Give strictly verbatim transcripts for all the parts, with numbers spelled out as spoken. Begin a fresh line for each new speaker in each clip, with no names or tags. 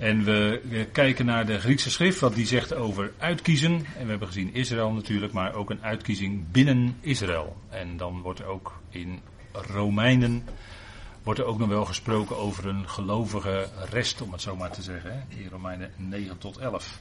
En we, we kijken naar de Griekse schrift, wat die zegt over uitkiezen. En we hebben gezien Israël natuurlijk, maar ook een uitkiezing binnen Israël. En dan wordt er ook in Romeinen, wordt er ook nog wel gesproken over een gelovige rest, om het zo maar te zeggen. Hè? In Romeinen negen tot elf.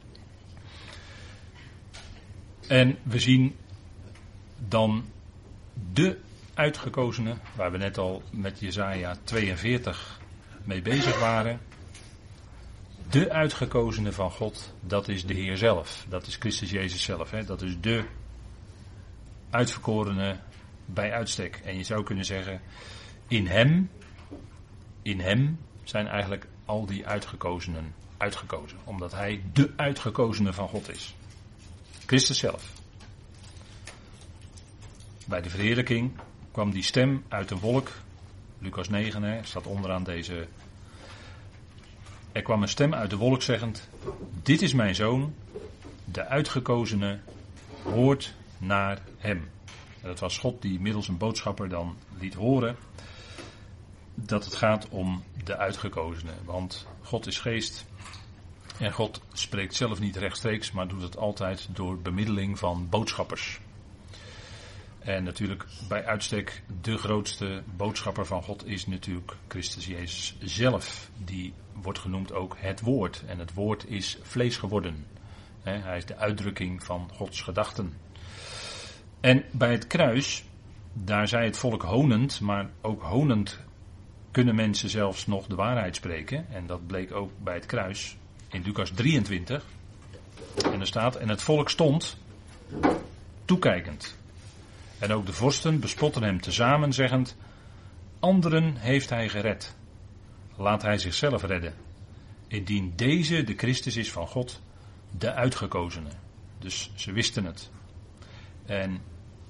En we zien dan de uitgekozenen, waar we net al met Jesaja tweeënveertig mee bezig waren. De uitgekozene van God, dat is de Heer zelf. Dat is Christus Jezus zelf. Hè? Dat is de uitverkorene bij uitstek. En je zou kunnen zeggen, in hem, in hem zijn eigenlijk al die uitgekozenen uitgekozen. Omdat hij de uitgekozene van God is. Christus zelf. Bij de verheerlijking kwam die stem uit de wolk. Lucas negen, hè, staat onderaan deze. Er kwam een stem uit de wolk zeggend: dit is mijn zoon, de uitgekozene, hoort naar hem. En dat was God die middels een boodschapper dan liet horen dat het gaat om de uitgekozene. Want God is geest en God spreekt zelf niet rechtstreeks, maar doet het altijd door bemiddeling van boodschappers. En natuurlijk bij uitstek de grootste boodschapper van God is natuurlijk Christus Jezus zelf. Die wordt genoemd ook het woord. En het woord is vlees geworden. He, hij is de uitdrukking van Gods gedachten. En bij het kruis, daar zei het volk honend, maar ook honend kunnen mensen zelfs nog de waarheid spreken. En dat bleek ook bij het kruis in Lucas drieëntwintig. En er staat, en het volk stond toekijkend. En ook de vorsten bespotten hem tezamen, zeggend: anderen heeft hij gered. Laat hij zichzelf redden. Indien deze de Christus is van God, de uitgekozene. Dus ze wisten het. En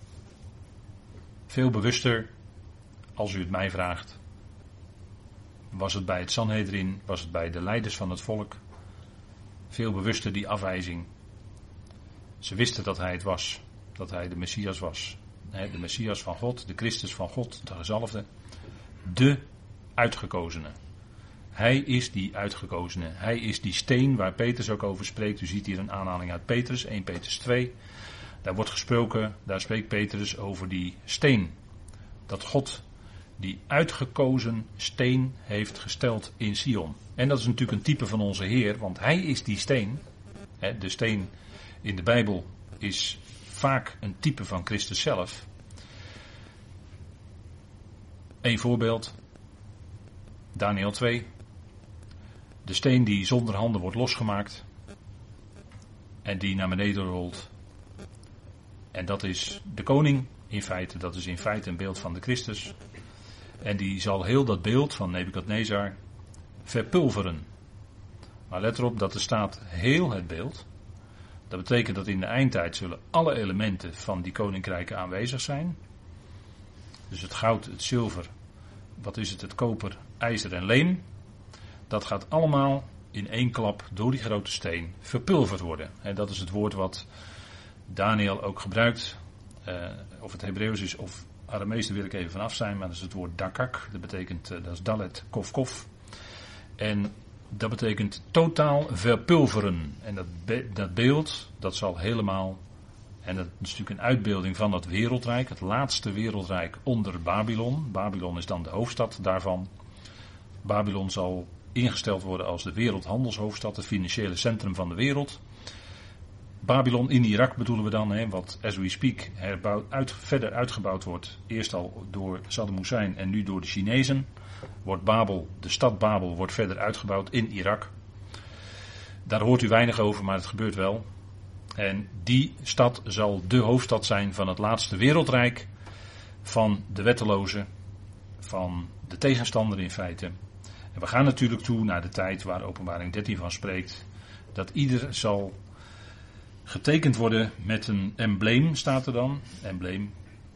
veel bewuster, als u het mij vraagt, was het bij het Sanhedrin, was het bij de leiders van het volk, veel bewuster die afwijzing. Ze wisten dat hij het was, dat hij de Messias was. De Messias van God, de Christus van God, de gezalfde, de uitgekozene. Hij is die uitgekozene. Hij is die steen waar Petrus ook over spreekt. U ziet hier een aanhaling uit Petrus, eerste Petrus twee. Daar wordt gesproken, daar spreekt Petrus over die steen. Dat God die uitgekozen steen heeft gesteld in Sion. En dat is natuurlijk een type van onze Heer, want hij is die steen. De steen in de Bijbel is vaak een type van Christus zelf. Eén voorbeeld. Daniel twee. De steen die zonder handen wordt losgemaakt. En die naar beneden rolt. En dat is de koning in feite. Dat is in feite een beeld van de Christus. En die zal heel dat beeld van Nebukadnezar verpulveren. Maar let erop dat er staat heel het beeld. Dat betekent dat in de eindtijd zullen alle elementen van die koninkrijken aanwezig zijn. Dus het goud, het zilver, wat is het, het koper, ijzer en leem. Dat gaat allemaal in één klap door die grote steen verpulverd worden. En dat is het woord wat Daniel ook gebruikt. Uh, of het Hebreeuws is of Aramees, daar wil ik even vanaf zijn. Maar dat is het woord dakak. Dat betekent, uh, dat is dalet, kof, kof. En dat betekent totaal verpulveren. En dat, be- dat beeld, dat zal helemaal, en dat is natuurlijk een uitbeelding van dat wereldrijk, het laatste wereldrijk onder Babylon. Babylon is dan de hoofdstad daarvan. Babylon zal ingesteld worden als de wereldhandelshoofdstad, het financiële centrum van de wereld. Babylon in Irak bedoelen we dan, hè, wat as we speak herbouwd, uit, verder uitgebouwd wordt. Eerst al door Saddam Hussein en nu door de Chinezen. Wordt Babel, de stad Babel wordt verder uitgebouwd in Irak. Daar hoort u weinig over, maar het gebeurt wel. En die stad zal de hoofdstad zijn van het laatste wereldrijk. Van de wetteloze, van de tegenstander in feite. En we gaan natuurlijk toe naar de tijd waar Openbaring dertien van spreekt. Dat ieder zal getekend worden met een embleem, staat er dan. Embleem.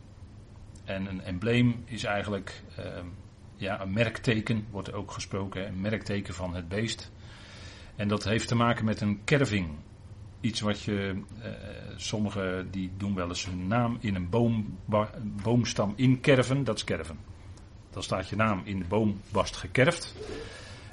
En een embleem is eigenlijk uh, ja, een merkteken, wordt er ook gesproken. Hè? Een merkteken van het beest. En dat heeft te maken met een kerving. Iets wat je, uh, sommigen die doen wel eens hun naam in een boom, ba, boomstam inkerven, dat is kerven. Dan staat je naam in de boombast gekerfd.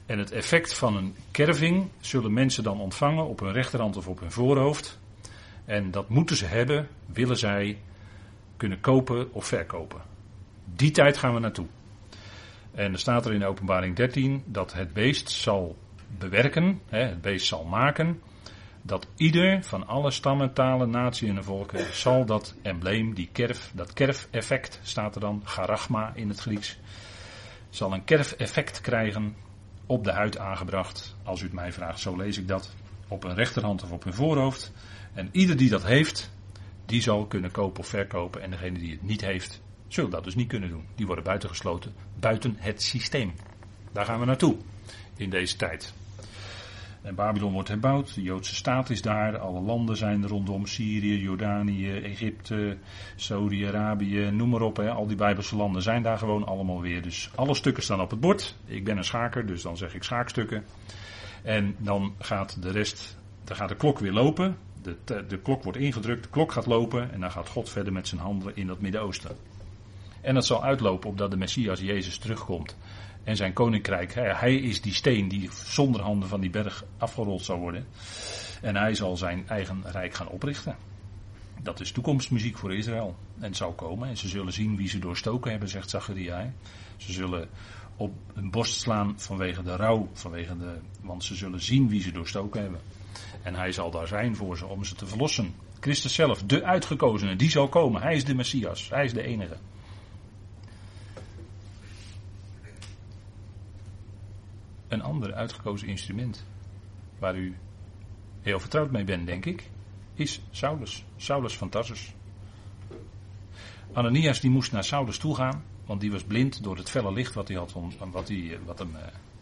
En het effect van een kerving zullen mensen dan ontvangen op hun rechterhand of op hun voorhoofd. En dat moeten ze hebben, willen zij kunnen kopen of verkopen. Die tijd gaan we naartoe. En er staat er in Openbaring dertien dat het beest zal bewerken, hè, het beest zal maken, dat ieder van alle stammen, talen, naties en volken zal dat embleem, die kerf, dat kerf-effect staat er dan, charagma in het Grieks, zal een kerf-effect krijgen op de huid aangebracht, als u het mij vraagt, zo lees ik dat, op een rechterhand of op een voorhoofd. En ieder die dat heeft, die zal kunnen kopen of verkopen. En degene die het niet heeft, zullen dat dus niet kunnen doen. Die worden buitengesloten, buiten het systeem. Daar gaan we naartoe in deze tijd. En Babylon wordt herbouwd, de Joodse staat is daar, alle landen zijn er rondom, Syrië, Jordanië, Egypte, Saudi-Arabië, noem maar op. Hè. Al die Bijbelse landen zijn daar gewoon allemaal weer. Dus alle stukken staan op het bord. Ik ben een schaker, dus dan zeg ik schaakstukken. En dan gaat de rest, dan gaat de klok weer lopen. De, de klok wordt ingedrukt, de klok gaat lopen en dan gaat God verder met zijn handelen in dat Midden-Oosten. En dat zal uitlopen opdat de Messias Jezus terugkomt. En zijn koninkrijk, hij is die steen die zonder handen van die berg afgerold zal worden. En hij zal zijn eigen rijk gaan oprichten. Dat is toekomstmuziek voor Israël. En het zal komen en ze zullen zien wie ze doorstoken hebben, zegt Zacharia. Ze zullen op hun borst slaan vanwege de rouw, vanwege de, want ze zullen zien wie ze doorstoken hebben. En hij zal daar zijn voor ze om ze te verlossen. Christus zelf, de uitgekozene, die zal komen. Hij is de Messias, hij is de enige. Een ander uitgekozen instrument, waar u heel vertrouwd mee bent, denk ik, is Saulus. Saulus van Tarsus. Ananias die moest naar Saulus toe gaan, want die was blind door het felle licht wat hij had, wat, hij, wat hem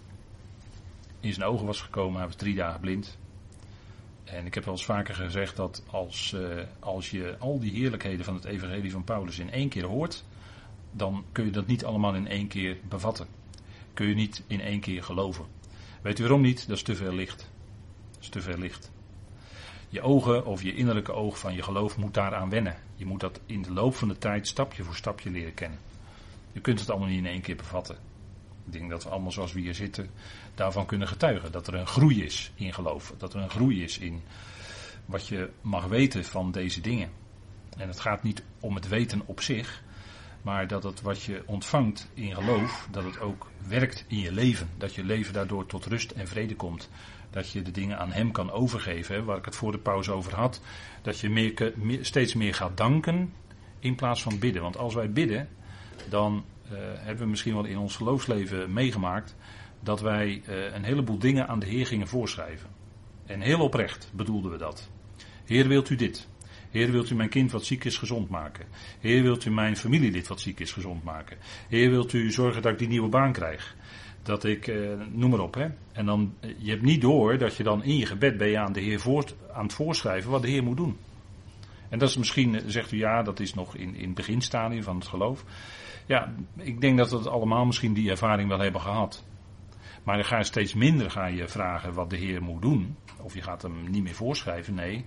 in zijn ogen was gekomen. Hij was drie dagen blind. En ik heb wel eens vaker gezegd dat als, uh, als je al die heerlijkheden van het evangelie van Paulus in één keer hoort, dan kun je dat niet allemaal in één keer bevatten. Kun je niet in één keer geloven. Weet u waarom niet? Dat is te veel licht. Dat is te veel licht. Je ogen of je innerlijke oog van je geloof moet daaraan wennen. Je moet dat in de loop van de tijd stapje voor stapje leren kennen. Je kunt het allemaal niet in één keer bevatten. Ik denk dat we allemaal zoals we hier zitten daarvan kunnen getuigen. Dat er een groei is in geloof. Dat er een groei is in wat je mag weten van deze dingen. En het gaat niet om het weten op zich. Maar dat het wat je ontvangt in geloof, dat het ook werkt in je leven. Dat je leven daardoor tot rust en vrede komt. Dat je de dingen aan hem kan overgeven, hè, waar ik het voor de pauze over had. Dat je meer, meer, steeds meer gaat danken in plaats van bidden. Want als wij bidden, dan uh, hebben we misschien wel in ons geloofsleven meegemaakt dat wij uh, een heleboel dingen aan de Heer gingen voorschrijven. En heel oprecht bedoelden we dat. Heer, wilt u dit? Heer, wilt u mijn kind wat ziek is gezond maken? Heer, wilt u mijn familielid wat ziek is gezond maken? Heer, wilt u zorgen dat ik die nieuwe baan krijg? Dat ik, eh, noem maar op, hè. En dan, je hebt niet door dat je dan in je gebed ben je aan de Heer voort, aan het voorschrijven wat de Heer moet doen. En dat is misschien, zegt u ja, dat is nog in, in het beginstadium van het geloof. Ja, ik denk dat we allemaal misschien die ervaring wel hebben gehad. Maar dan ga je steeds minder ga je vragen wat de Heer moet doen. Of je gaat hem niet meer voorschrijven, nee.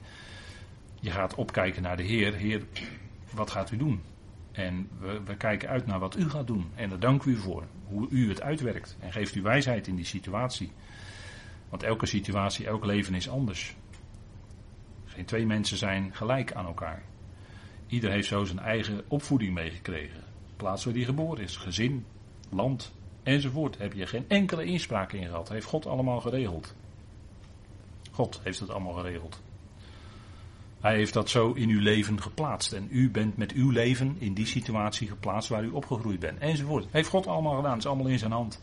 Je gaat opkijken naar de Heer. Heer, wat gaat u doen? En we, we kijken uit naar wat u gaat doen. En daar dank u voor. Hoe u het uitwerkt. En geeft u wijsheid in die situatie. Want elke situatie, elk leven is anders. Geen twee mensen zijn gelijk aan elkaar. Ieder heeft zo zijn eigen opvoeding meegekregen. Plaats waar hij geboren is. Gezin, land enzovoort. Heb je geen enkele inspraak in gehad. Heeft God allemaal geregeld. God heeft het allemaal geregeld. Hij heeft dat zo in uw leven geplaatst. En u bent met uw leven in die situatie geplaatst waar u opgegroeid bent. Enzovoort. Heeft God allemaal gedaan. Het is allemaal in zijn hand.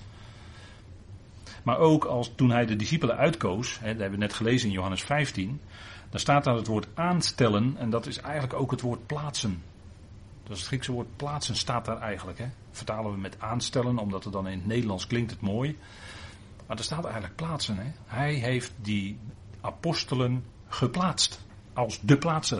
Maar ook als toen hij de discipelen uitkoos. Hè, dat hebben we net gelezen in Johannes vijftien. Daar staat daar het woord aanstellen. En dat is eigenlijk ook het woord plaatsen. Dat is het Griekse woord plaatsen staat daar eigenlijk. Hè. Vertalen we met aanstellen. Omdat het dan in het Nederlands klinkt het mooi. Maar er staat eigenlijk plaatsen. Hè. Hij heeft die apostelen geplaatst. Als de plaatser.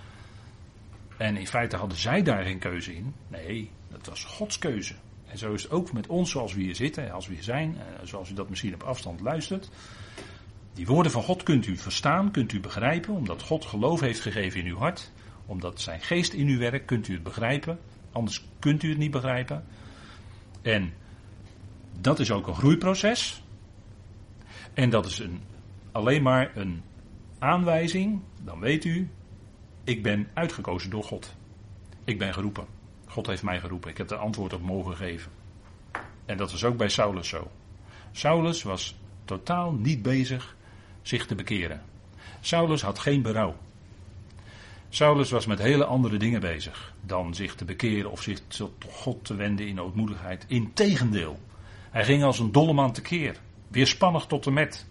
En in feite hadden zij daar geen keuze in. Nee, dat was Gods keuze. En zo is het ook met ons zoals we hier zitten, als we hier zijn, zoals u dat misschien op afstand luistert. Die woorden van God kunt u verstaan, kunt u begrijpen, omdat God geloof heeft gegeven in uw hart. Omdat zijn geest in u werkt, kunt u het begrijpen. Anders kunt u het niet begrijpen. En dat is ook een groeiproces. En dat is een, alleen maar een aanwijzing, dan weet u, ik ben uitgekozen door God. Ik ben geroepen. God heeft mij geroepen. Ik heb er antwoord op mogen geven. En dat was ook bij Saulus zo. Saulus was totaal niet bezig zich te bekeren. Saulus had geen berouw. Saulus was met hele andere dingen bezig dan zich te bekeren of zich tot God te wenden in ootmoedigheid. Integendeel, hij ging als een dolle man tekeer, weerspannig tot en met.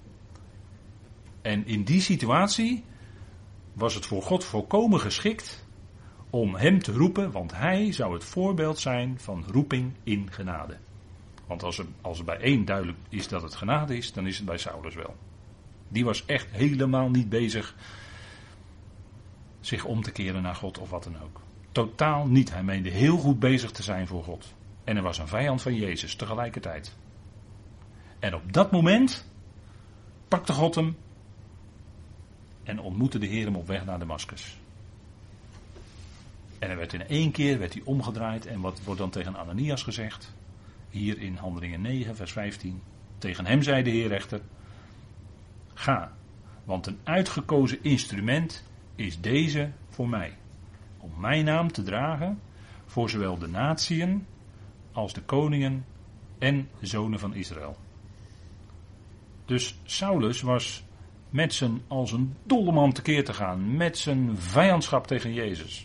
En in die situatie was het voor God volkomen geschikt om hem te roepen, want hij zou het voorbeeld zijn van roeping in genade. Want als er, als er bij één duidelijk is dat het genade is, dan is het bij Saulus wel. Die was echt helemaal niet bezig zich om te keren naar God of wat dan ook. Totaal niet. Hij meende heel goed bezig te zijn voor God. En hij was een vijand van Jezus tegelijkertijd. En op dat moment pakte God hem en ontmoette de Heer hem op weg naar Damaskus. En hij werd in één keer werd hij omgedraaid. En wat wordt dan tegen Ananias gezegd? Hier in Handelingen negen, vers vijftien. Tegen hem zei de Heer echter: ga, want een uitgekozen instrument is deze voor mij. Om mijn naam te dragen voor zowel de natieën als de koningen en zonen van Israël. Dus Saulus was met zijn als een dolle man tekeer te gaan. Met zijn vijandschap tegen Jezus.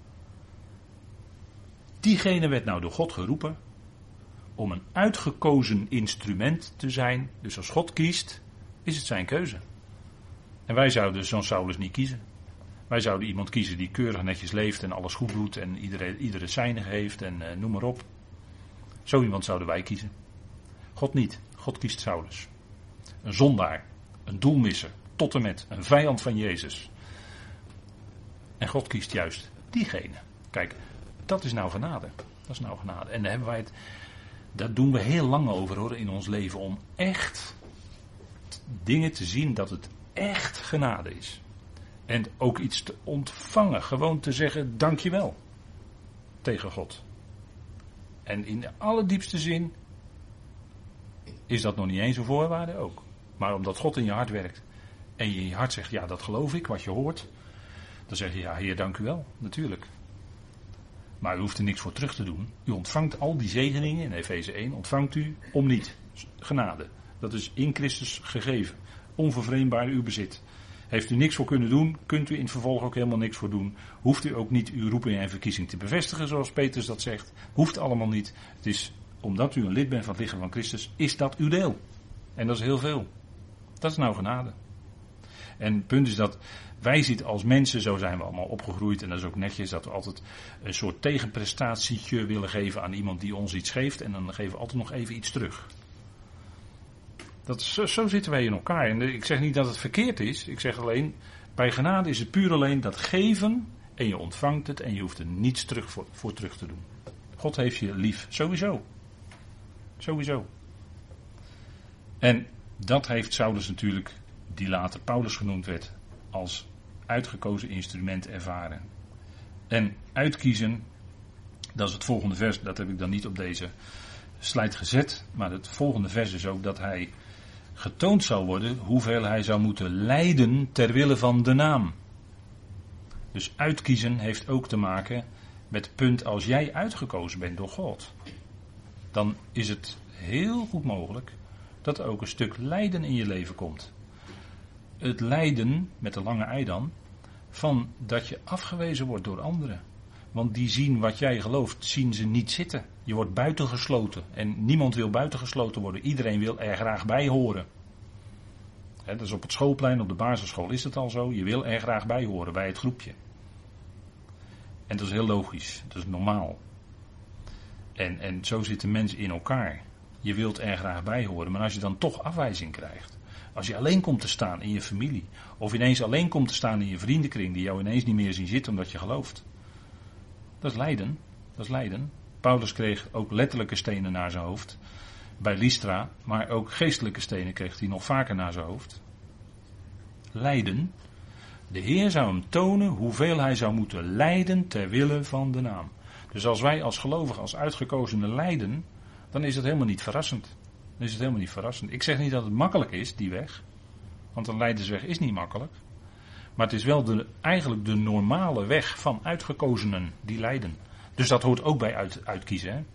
Diegene werd nou door God geroepen om een uitgekozen instrument te zijn. Dus als God kiest, is het zijn keuze. En wij zouden zo'n Saulus niet kiezen. Wij zouden iemand kiezen die keurig netjes leeft en alles goed doet en iedereen, iedere zijnig heeft en uh, noem maar op. Zo iemand zouden wij kiezen. God niet. God kiest Saulus. Een zondaar, een doelmisser, tot en met een vijand van Jezus. En God kiest juist diegene. Kijk, dat is nou genade. Dat is nou genade. En daar hebben wij het, daar doen we heel lang over hoor in ons leven om echt dingen te zien dat het echt genade is. En ook iets te ontvangen. Gewoon te zeggen dankjewel. Tegen God. En in de allerdiepste zin is dat nog niet eens een voorwaarde ook. Maar omdat God in je hart werkt. En je in je hart zegt ja dat geloof ik wat je hoort. Dan zeg je ja Heer dank u wel. Natuurlijk. Maar u hoeft er niks voor terug te doen. U ontvangt al die zegeningen in Efeze één. Ontvangt u om niet. Genade. Dat is in Christus gegeven. Onvervreemdbaar uw bezit. Heeft u niks voor kunnen doen, kunt u in het vervolg ook helemaal niks voor doen. Hoeft u ook niet uw roeping en verkiezing te bevestigen, zoals Petrus dat zegt. Hoeft allemaal niet. Het is, omdat u een lid bent van het lichaam van Christus, is dat uw deel. En dat is heel veel. Dat is nou genade. En het punt is dat wij zitten als mensen, zo zijn we allemaal opgegroeid. En dat is ook netjes dat we altijd een soort tegenprestatietje willen geven aan iemand die ons iets geeft. En dan geven we altijd nog even iets terug. Dat, zo, zo zitten wij in elkaar. En ik zeg niet dat het verkeerd is. Ik zeg alleen, bij genade is het puur alleen dat geven. En je ontvangt het en je hoeft er niets terug voor, voor terug te doen. God heeft je lief. Sowieso. Sowieso. En dat heeft Saulus natuurlijk, die later Paulus genoemd werd, als uitgekozen instrument ervaren. En uitkiezen, dat is het volgende vers, dat heb ik dan niet op deze slide gezet. Maar het volgende vers is ook dat hij getoond zal worden hoeveel hij zou moeten lijden ter wille van de naam. Dus uitkiezen heeft ook te maken met het punt als jij uitgekozen bent door God. Dan is het heel goed mogelijk dat er ook een stuk lijden in je leven komt. Het lijden, met de lange ei dan, van dat je afgewezen wordt door anderen. Want die zien wat jij gelooft, zien ze niet zitten. Je wordt buitengesloten. En niemand wil buitengesloten worden. Iedereen wil er graag bij horen. He, dat is op het schoolplein, op de basisschool is het al zo. Je wil er graag bij horen, bij het groepje. En dat is heel logisch. Dat is normaal. En, en zo zitten mensen in elkaar. Je wilt er graag bij horen. Maar als je dan toch afwijzing krijgt. Als je alleen komt te staan in je familie. Of ineens alleen komt te staan in je vriendenkring. Die jou ineens niet meer zien zitten omdat je gelooft. Dat is lijden. Dat is lijden. Paulus kreeg ook letterlijke stenen naar zijn hoofd. Bij Lystra. Maar ook geestelijke stenen kreeg hij nog vaker naar zijn hoofd. Lijden. De Heer zou hem tonen hoeveel hij zou moeten lijden ter wille van de naam. Dus als wij als gelovigen, als uitgekozenen lijden, dan is dat helemaal niet verrassend. Dan is het helemaal niet verrassend. Ik zeg niet dat het makkelijk is, die weg. Want een leidersweg is niet makkelijk. Maar het is wel de, eigenlijk de normale weg van uitgekozenen die leiden. Dus dat hoort ook bij uit, uitkiezen. Hè?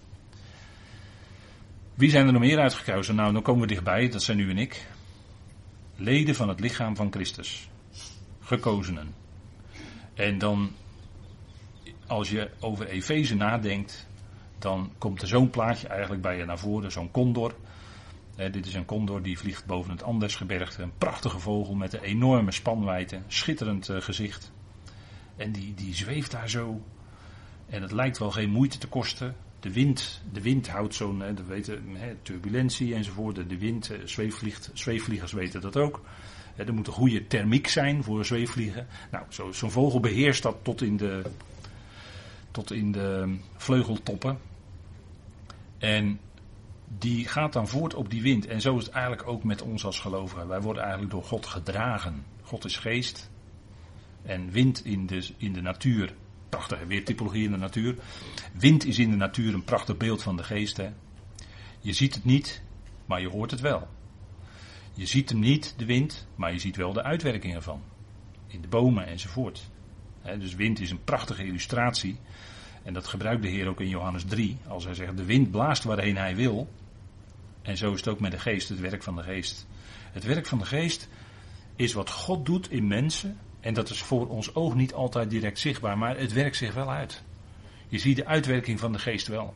Wie zijn er nog meer uitgekozen? Nou, dan komen we dichtbij. Dat zijn u en ik. Leden van het lichaam van Christus. Gekozenen. En dan, als je over Efeze nadenkt, dan komt er zo'n plaatje eigenlijk bij je naar voren. Zo'n condor. He, dit is een condor die vliegt boven het Andesgebergte. Een prachtige vogel met een enorme spanwijdte. Schitterend uh, gezicht. En die, die zweeft daar zo. En het lijkt wel geen moeite te kosten. De wind, de wind houdt zo'n, he, weten, he, turbulentie enzovoort. De wind, uh, zweefvliegt, zweefvliegers weten dat ook. He, er moet een goede thermiek zijn voor zweefvliegen. Nou, zo, zo'n vogel beheerst dat tot in de, tot in de vleugeltoppen. En die gaat dan voort op die wind. En zo is het eigenlijk ook met ons als gelovigen. Wij worden eigenlijk door God gedragen. God is geest. En wind in de, in de natuur. Prachtig, weer typologie in de natuur. Wind is in de natuur een prachtig beeld van de geest. Hè? Je ziet het niet, maar je hoort het wel. Je ziet hem niet, de wind, maar je ziet wel de uitwerking ervan. In de bomen enzovoort. Hè, dus wind is een prachtige illustratie. En dat gebruikt de Heer ook in Johannes drie. Als hij zegt, de wind blaast waarheen hij wil. En zo is het ook met de geest, het werk van de geest. Het werk van de geest is wat God doet in mensen. En dat is voor ons oog niet altijd direct zichtbaar, maar het werkt zich wel uit. Je ziet de uitwerking van de geest wel.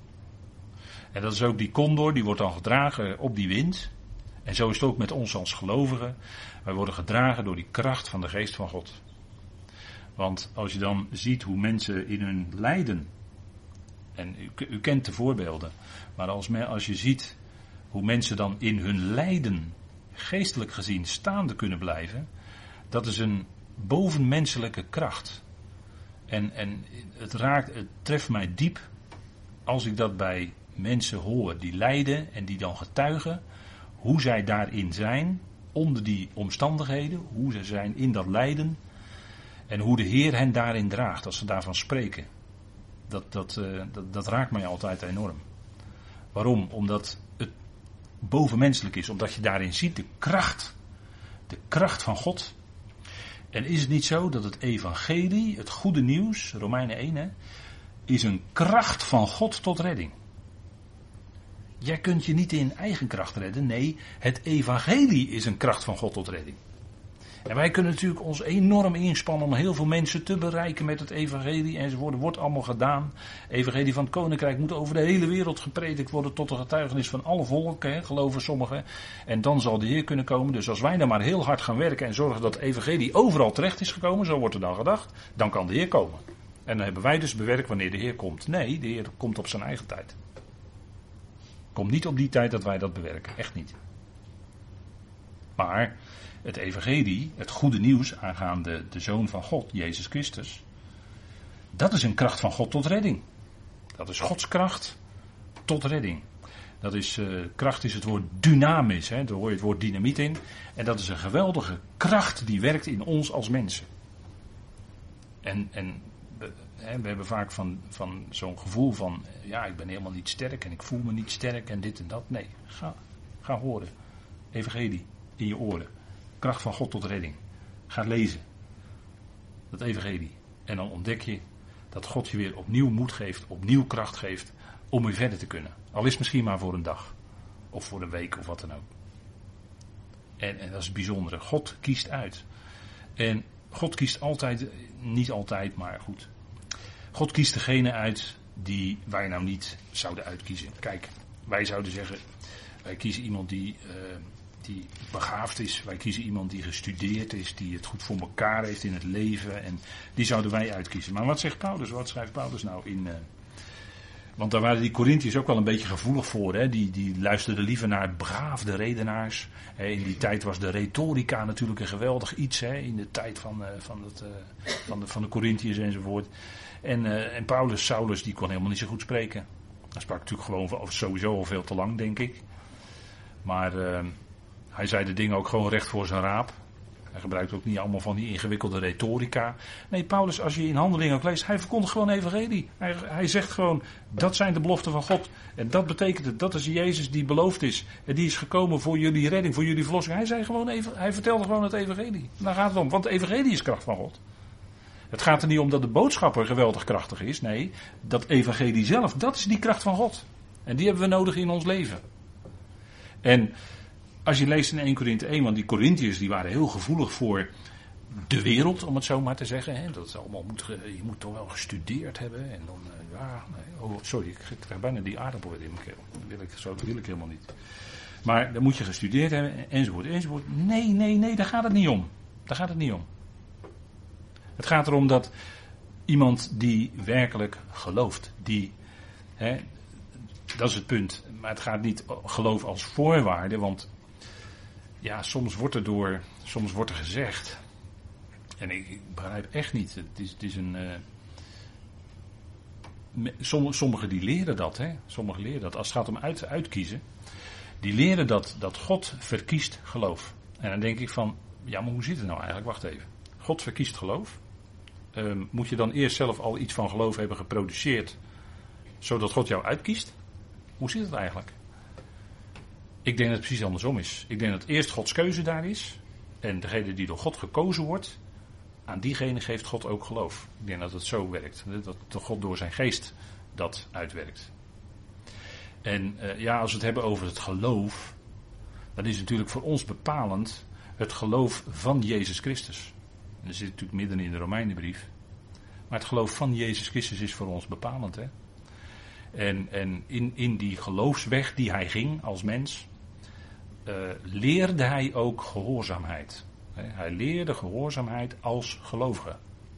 En dat is ook die condor, die wordt dan gedragen op die wind. En zo is het ook met ons als gelovigen. Wij worden gedragen door die kracht van de geest van God. Want als je dan ziet hoe mensen in hun lijden, en u, u kent de voorbeelden, maar als, men, als je ziet hoe mensen dan in hun lijden geestelijk gezien staande kunnen blijven, dat is een bovenmenselijke kracht. En, en het raakt, het treft mij diep als ik dat bij mensen hoor die lijden en die dan getuigen hoe zij daarin zijn, onder die omstandigheden, hoe ze zijn in dat lijden. En hoe de Heer hen daarin draagt, als ze daarvan spreken. Dat, dat, uh, dat, dat raakt mij altijd enorm. Waarom? Omdat het bovenmenselijk is. Omdat je daarin ziet de kracht. De kracht van God. En is het niet zo dat het evangelie, het goede nieuws, Romeinen één, hè, is een kracht van God tot redding. Jij kunt je niet in eigen kracht redden. Nee, het evangelie is een kracht van God tot redding. En wij kunnen natuurlijk ons enorm inspannen om heel veel mensen te bereiken met het evangelie enzovoort. Wordt allemaal gedaan. Evangelie van het koninkrijk moet over de hele wereld gepredikt worden tot de getuigenis van alle volken, hè, geloven sommigen. En dan zal de Heer kunnen komen. Dus als wij nou maar heel hard gaan werken en zorgen dat het evangelie overal terecht is gekomen, zo wordt er dan gedacht, dan kan de Heer komen. En dan hebben wij dus bewerkt wanneer de Heer komt. Nee, de Heer komt op zijn eigen tijd. Komt niet op die tijd dat wij dat bewerken. Echt niet. Maar het evangelie, het goede nieuws aangaande de Zoon van God, Jezus Christus, dat is een kracht van God tot redding. Dat is Gods kracht tot redding. Dat is, uh, kracht is het woord dynamisch, hè, daar hoor je het woord dynamiet in. En dat is een geweldige kracht die werkt in ons als mensen. En, en we, hè, we hebben vaak van, van zo'n gevoel van, ja, ik ben helemaal niet sterk en ik voel me niet sterk en dit en dat. Nee, ga, ga horen. Evangelie in je oren. Kracht van God tot redding. Ga lezen. Dat evangelie. En dan ontdek je dat God je weer opnieuw moed geeft, opnieuw kracht geeft om weer verder te kunnen. Al is het misschien maar voor een dag. Of voor een week of wat dan ook. En, en dat is het bijzondere. God kiest uit. En God kiest altijd, niet altijd, maar goed. God kiest degene uit die wij nou niet zouden uitkiezen. Kijk, wij zouden zeggen, wij kiezen iemand die... Uh, die begaafd is. Wij kiezen iemand die gestudeerd is, die het goed voor elkaar heeft in het leven. En die zouden wij uitkiezen. Maar wat zegt Paulus? Wat schrijft Paulus nou in... Uh, want daar waren die Corinthiërs ook wel een beetje gevoelig voor. Hè? Die, die luisterden liever naar begaafde redenaars. Hè? In die tijd was de retorica natuurlijk een geweldig iets. Hè? In de tijd van, uh, van, het, uh, van, de, van de Corinthiërs enzovoort. En, uh, en Paulus, Saulus, die kon helemaal niet zo goed spreken. Hij sprak natuurlijk gewoon of sowieso al veel te lang, denk ik. Maar... Uh, Hij zei de dingen ook gewoon recht voor zijn raap. Hij gebruikt ook niet allemaal van die ingewikkelde retorica. Nee, Paulus, als je in Handelingen ook leest, hij verkondigt gewoon evangelie. Hij, hij zegt gewoon, dat zijn de beloften van God. En dat betekent het, dat is Jezus die beloofd is. En die is gekomen voor jullie redding, voor jullie verlossing. Hij, zei gewoon, hij vertelde gewoon het evangelie. Daar gaat het om, want het evangelie is kracht van God. Het gaat er niet om dat de boodschapper geweldig krachtig is. Nee, dat evangelie zelf, dat is die kracht van God. En die hebben we nodig in ons leven. En als je leest in Eerste Korinthe één, want die Korinthiërs die waren heel gevoelig voor de wereld, om het zo maar te zeggen. Hè. Dat is allemaal moet, je moet toch wel gestudeerd hebben. En dan, uh, ja, nee, oh, sorry, ik krijg bijna die aardappel weer in mijn keel. Dat wil ik, zo, dat wil ik helemaal niet. Maar dan moet je gestudeerd hebben, enzovoort, enzovoort. Nee, nee, nee, daar gaat het niet om. Daar gaat het niet om. Het gaat erom dat iemand die werkelijk gelooft, die, hè, dat is het punt. Maar het gaat niet geloof als voorwaarde, want ja, soms wordt er door, soms wordt er gezegd, en ik, ik begrijp echt niet, het is, het is een, uh, sommige, sommigen die leren dat, hè, sommigen leren dat, als het gaat om uit, uitkiezen, die leren dat, dat God verkiest geloof. En dan denk ik van, ja, maar hoe zit het nou eigenlijk? Wacht even. God verkiest geloof. Um, moet je dan eerst zelf al iets van geloof hebben geproduceerd, zodat God jou uitkiest? Hoe zit het eigenlijk? Ik denk dat het precies andersom is. Ik denk dat eerst Gods keuze daar is. En degene die door God gekozen wordt, aan diegene geeft God ook geloof. Ik denk dat het zo werkt. Dat God door zijn geest dat uitwerkt. En uh, ja, als we het hebben over het geloof, dan is natuurlijk voor ons bepalend het geloof van Jezus Christus. En dat zit natuurlijk midden in de Romeinenbrief. Maar het geloof van Jezus Christus is voor ons bepalend. Hè? En, en in, in die geloofsweg die hij ging als mens, uh, leerde hij ook gehoorzaamheid. He, hij leerde gehoorzaamheid als gelovige.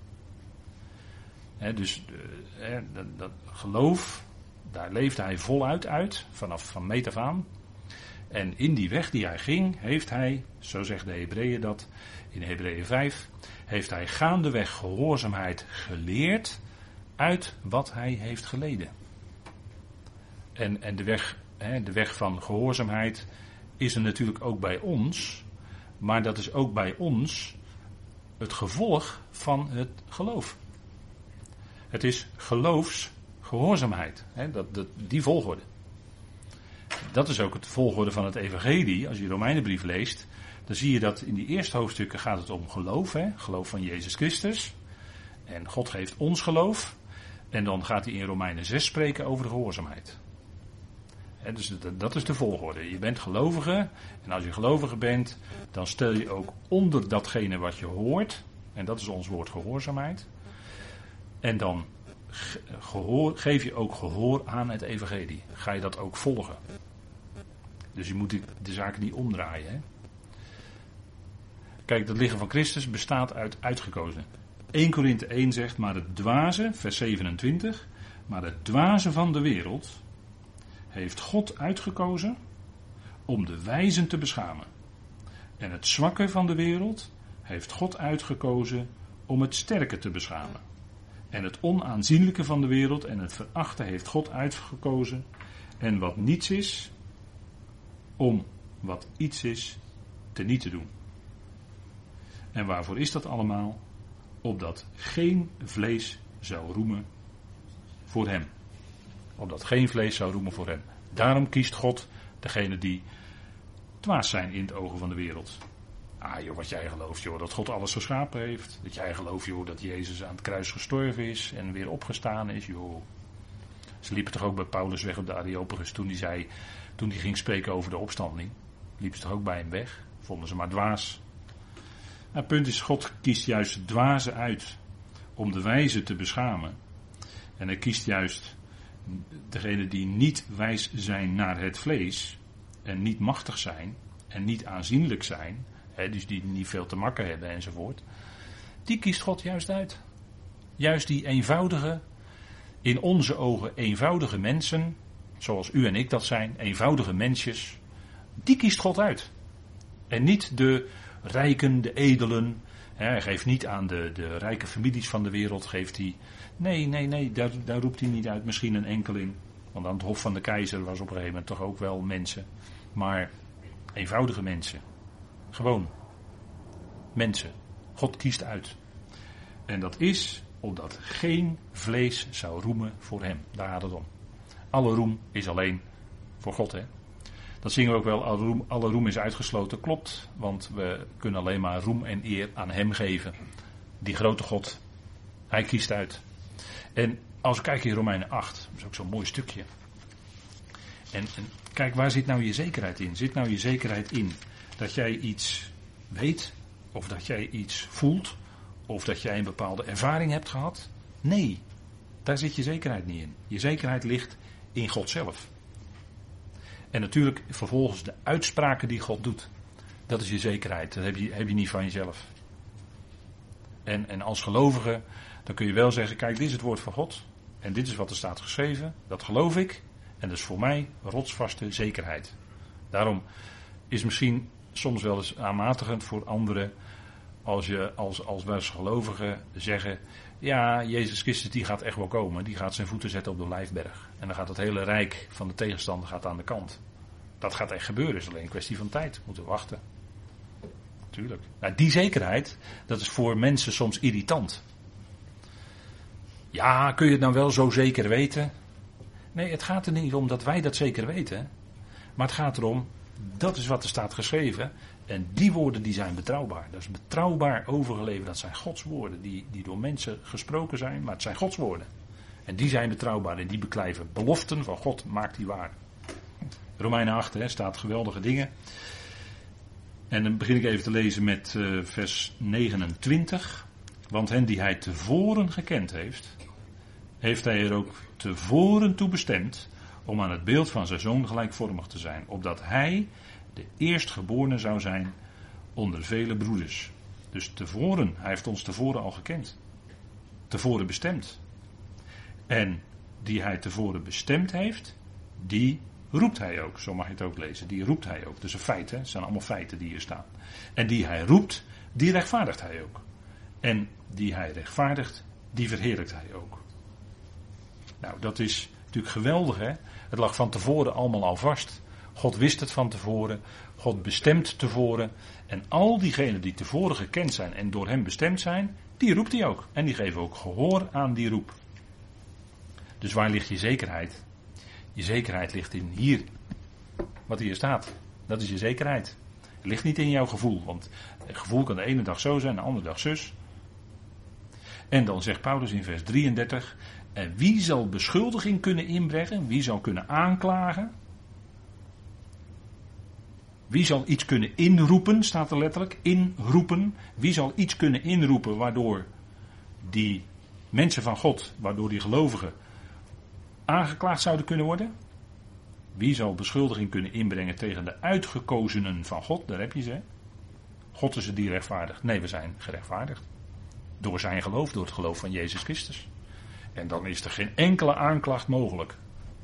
He, dus uh, dat, dat geloof, daar leefde hij voluit uit, vanaf van meet af aan. En in die weg die hij ging, heeft hij, zo zegt de Hebreeën dat, in Hebreeën vijf, heeft hij gaandeweg gehoorzaamheid geleerd uit wat hij heeft geleden. En, en de, weg, hè, de weg van gehoorzaamheid is er natuurlijk ook bij ons, maar dat is ook bij ons het gevolg van het geloof. Het is geloofsgehoorzaamheid, hè, dat, dat, die volgorde. Dat is ook het volgorde van het evangelie. Als je de Romeinenbrief leest, dan zie je dat in die eerste hoofdstukken gaat het om geloof, hè, geloof van Jezus Christus. En God geeft ons geloof. En dan gaat hij in Romeinen zes spreken over de gehoorzaamheid. He, dus dat is de volgorde. Je bent gelovige. En als je gelovige bent, dan stel je ook onder datgene wat je hoort. En dat is ons woord gehoorzaamheid. En dan gehoor, geef je ook gehoor aan het evangelie. Ga je dat ook volgen. Dus je moet de, de zaken niet omdraaien. Hè? Kijk, het lichaam van Christus bestaat uit uitgekozen. Eerste Korinthe één zegt, maar het dwaze, vers zevenentwintig, maar het dwaze van de wereld heeft God uitgekozen om de wijzen te beschamen. En het zwakke van de wereld heeft God uitgekozen om het sterke te beschamen. En het onaanzienlijke van de wereld en het verachte heeft God uitgekozen. En wat niets is, om wat iets is, teniet te doen. En waarvoor is dat allemaal? Opdat geen vlees zou roemen voor hem. Opdat geen vlees zou roemen voor hem. Daarom kiest God degene die dwaas zijn in het ogen van de wereld. Ah joh, wat jij gelooft joh, dat God alles geschapen heeft. Dat jij gelooft joh, dat Jezus aan het kruis gestorven is en weer opgestaan is joh. Ze liepen toch ook bij Paulus weg op de Areopagus toen hij zei, toen hij ging spreken over de opstanding. Liepen ze toch ook bij hem weg. Vonden ze maar dwaas. Het punt is, God kiest juist het dwaze uit om de wijze te beschamen. En hij kiest juist degene die niet wijs zijn naar het vlees en niet machtig zijn en niet aanzienlijk zijn, hè, dus die niet veel te makken hebben enzovoort. Die kiest God juist uit. Juist die eenvoudige, in onze ogen eenvoudige mensen, zoals u en ik dat zijn, eenvoudige mensjes, die kiest God uit. En niet de rijken, de edelen. Hij geeft niet aan de, de rijke families van de wereld, geeft hij. Nee, nee, nee, daar, daar roept hij niet uit. Misschien een enkeling. Want aan het hof van de keizer was op een gegeven moment toch ook wel mensen. Maar eenvoudige mensen. Gewoon. mensen. God kiest uit. En dat is omdat geen vlees zou roemen voor hem. Daar gaat het om. Alle roem is alleen voor God, hè. Dat zingen we ook wel, alle roem, alle roem is uitgesloten. Klopt, want we kunnen alleen maar roem en eer aan hem geven. Die grote God, hij kiest uit. En als we kijken in Romeinen acht, dat is ook zo'n mooi stukje. En, en kijk, waar zit nou je zekerheid in? Zit nou je zekerheid in dat jij iets weet? Of dat jij iets voelt? Of dat jij een bepaalde ervaring hebt gehad? Nee, daar zit je zekerheid niet in. Je zekerheid ligt in God zelf. En natuurlijk vervolgens de uitspraken die God doet. Dat is je zekerheid. Dat heb je, heb je niet van jezelf. En, en als gelovige, dan kun je wel zeggen, kijk, dit is het woord van God. En dit is wat er staat geschreven. Dat geloof ik. En dat is voor mij rotsvaste zekerheid. Daarom is misschien soms wel eens aanmatigend voor anderen, als je als, als wij als gelovigen zeggen, ja, Jezus Christus die gaat echt wel komen. Die gaat zijn voeten zetten op de Olijfberg. En dan gaat het hele rijk van de tegenstander gaat aan de kant. Dat gaat echt gebeuren, is alleen een kwestie van tijd. Moeten we wachten. Tuurlijk. Nou, die zekerheid, dat is voor mensen soms irritant. Ja, kun je het nou wel zo zeker weten? Nee, het gaat er niet om dat wij dat zeker weten. Maar het gaat erom, dat is wat er staat geschreven. En die woorden die zijn betrouwbaar. Dat is betrouwbaar overgeleverd. Dat zijn Gods woorden. Die, die door mensen gesproken zijn. Maar het zijn Gods woorden. En die zijn betrouwbaar. En die beklijven. Beloften van God maakt die waar. Romeinen acht hè, staat geweldige dingen. En dan begin ik even te lezen met uh, vers negenentwintig. Want hen die hij tevoren gekend heeft. Heeft hij er ook tevoren toe bestemd. Om aan het beeld van zijn zoon gelijkvormig te zijn. Opdat hij de eerstgeborene zou zijn onder vele broeders. Dus tevoren, hij heeft ons tevoren al gekend. Tevoren bestemd. En die hij tevoren bestemd heeft, die roept hij ook. Zo mag je het ook lezen. Die roept hij ook. Dus een feit, hè? Het zijn allemaal feiten die hier staan. En die hij roept, die rechtvaardigt hij ook. En die hij rechtvaardigt, die verheerlijkt hij ook. Nou, dat is natuurlijk geweldig, hè? Het lag van tevoren allemaal al vast. God wist het van tevoren. God bestemt tevoren. En al diegenen die tevoren gekend zijn en door hem bestemd zijn, die roept hij ook. En die geven ook gehoor aan die roep. Dus waar ligt je zekerheid? Je zekerheid ligt in hier. Wat hier staat. Dat is je zekerheid. Het ligt niet in jouw gevoel. Want het gevoel kan de ene dag zo zijn, de andere dag zus. En dan zegt Paulus in vers drieëndertig. En wie zal beschuldiging kunnen inbrengen? Wie zal kunnen aanklagen? Wie zal iets kunnen inroepen, staat er letterlijk, inroepen. Wie zal iets kunnen inroepen waardoor die mensen van God, waardoor die gelovigen aangeklaagd zouden kunnen worden? Wie zal beschuldiging kunnen inbrengen tegen de uitgekozenen van God? Daar heb je ze. God is het die rechtvaardigt. Nee, we zijn gerechtvaardigd. Door zijn geloof, door het geloof van Jezus Christus. En dan is er geen enkele aanklacht mogelijk.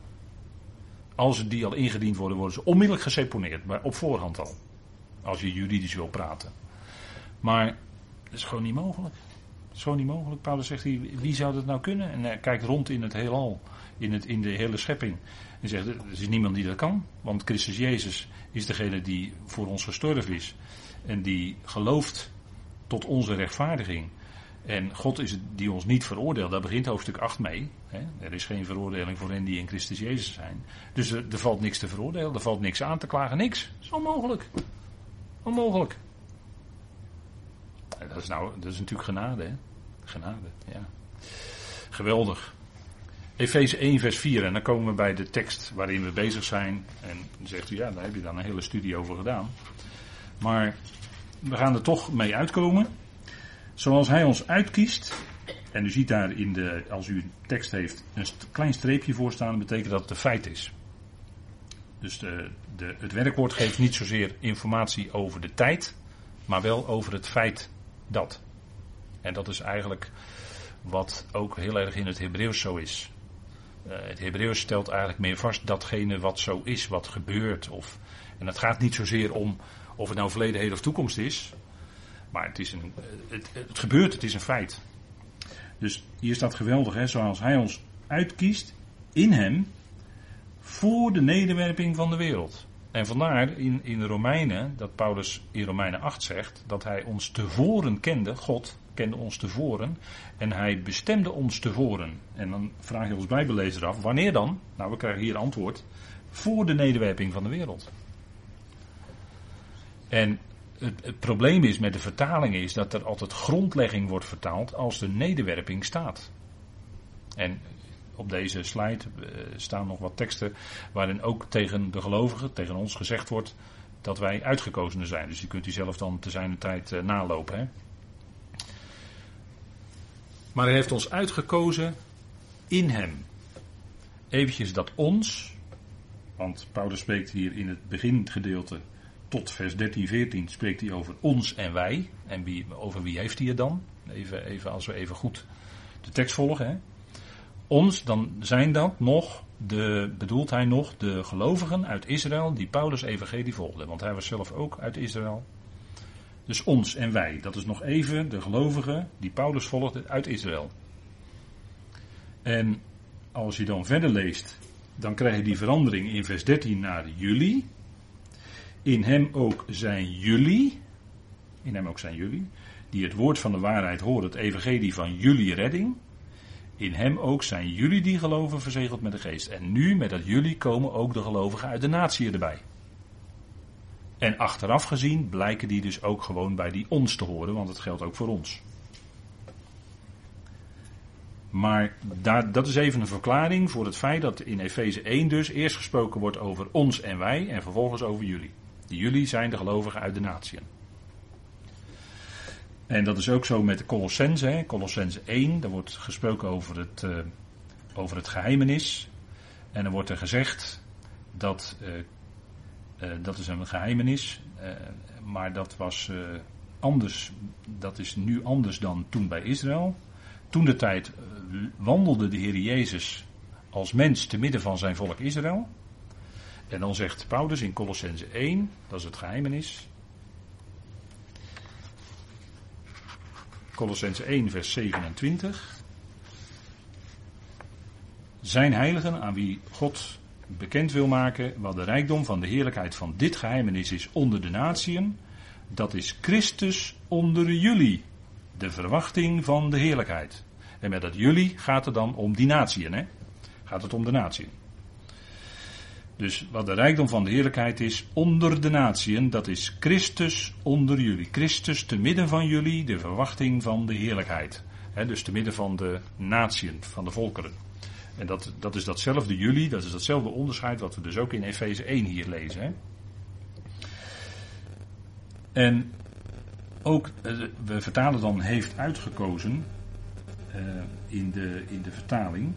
Als die al ingediend worden, worden ze onmiddellijk geseponeerd. Op voorhand al. Als je juridisch wil praten. Maar dat is gewoon niet mogelijk. Dat is gewoon niet mogelijk. Paulus zegt hier, wie zou dat nou kunnen? En hij kijkt rond in het heelal. In, het, in de hele schepping. En zegt, er is niemand die dat kan. Want Christus Jezus is degene die voor ons gestorven is. En die gelooft tot onze rechtvaardiging. En God is het die ons niet veroordeelt. Daar begint hoofdstuk acht mee. Hè? Er is geen veroordeling voor hen die in Christus Jezus zijn. Dus er, er valt niks te veroordelen. Er valt niks aan te klagen. Niks. Dat is onmogelijk. Onmogelijk. En dat is nou, dat is natuurlijk genade. Hè? Genade, ja. Geweldig. Efeze één vers vier. En dan komen we bij de tekst waarin we bezig zijn. En dan zegt u, ja, daar heb je dan een hele studie over gedaan. Maar we gaan er toch mee uitkomen. Zoals hij ons uitkiest, en u ziet daar in de, als u een tekst heeft, een klein streepje voor staan, betekent dat het een feit is. Dus de, de, het werkwoord geeft niet zozeer informatie over de tijd, maar wel over het feit dat. En dat is eigenlijk wat ook heel erg in het Hebreeuws zo is. Uh, het Hebreeuws stelt eigenlijk meer vast datgene wat zo is, wat gebeurt. Of, en het gaat niet zozeer om of het nou verleden, heden of toekomst is. Maar het is een, het, het gebeurt, het is een feit. Dus hier staat geweldig, hè, zoals hij ons uitkiest in hem voor de nederwerping van de wereld. En vandaar in, in de Romeinen, dat Paulus in Romeinen acht zegt, dat hij ons tevoren kende, God kende ons tevoren, en hij bestemde ons tevoren. En dan vraag je als Bijbellezer af, wanneer dan? Nou, we krijgen hier antwoord, voor de nederwerping van de wereld. En het, het probleem is met de vertalingen is dat er altijd grondlegging wordt vertaald als de nederwerping staat. En op deze slide uh, staan nog wat teksten waarin ook tegen de gelovigen, tegen ons gezegd wordt dat wij uitgekozenen zijn. Dus die kunt u zelf dan te zijner tijd uh, nalopen. Hè? Maar hij heeft ons uitgekozen in hem. Eventjes dat ons, want Paulus spreekt hier in het begingedeelte tot vers dertien, veertien spreekt hij over ons en wij. En wie, over wie heeft hij het dan? Even, even als we even goed de tekst volgen. Hè? Ons, dan zijn dat nog, de, bedoelt hij nog, de gelovigen uit Israël die Paulus' evangelie volgden. Want hij was zelf ook uit Israël. Dus ons en wij, dat is nog even de gelovigen die Paulus volgde uit Israël. En als je dan verder leest, dan krijg je die verandering in vers dertien naar jullie. In hem ook zijn jullie, in hem ook zijn jullie, die het woord van de waarheid horen, het evangelie van jullie redding. In hem ook zijn jullie die geloven verzegeld met de geest. En nu met dat jullie komen ook de gelovigen uit de natie erbij. En achteraf gezien blijken die dus ook gewoon bij die ons te horen, want het geldt ook voor ons. Maar daar, dat is even een verklaring voor het feit dat in Efeze één dus eerst gesproken wordt over ons en wij en vervolgens over jullie. Die jullie zijn de gelovigen uit de natieën. En dat is ook zo met de Colossense, Colossense één, daar wordt gesproken over het, uh, over het geheimenis. En dan wordt er gezegd dat, uh, uh, dat is een geheimenis, uh, maar dat was uh, anders, dat is nu anders dan toen bij Israël. Toen de tijd uh, wandelde de Heer Jezus als mens te midden van zijn volk Israël. En dan zegt Paulus in Colossense één, dat is het geheimenis. Colossense één vers zevenentwintig. Zijn heiligen aan wie God bekend wil maken wat de rijkdom van de heerlijkheid van dit geheimenis is onder de natieën. Dat is Christus onder jullie. De verwachting van de heerlijkheid. En met dat jullie gaat het dan om die natieën, hè? Gaat het om de natieën. Dus wat de rijkdom van de heerlijkheid is onder de natieën, dat is Christus onder jullie. Christus te midden van jullie, de verwachting van de heerlijkheid. He, dus te midden van de natieën, van de volkeren. En dat, dat is datzelfde jullie, dat is datzelfde onderscheid wat we dus ook in Efeze één hier lezen. He. En ook, we vertalen dan heeft uitgekozen uh, in, de, in de vertaling.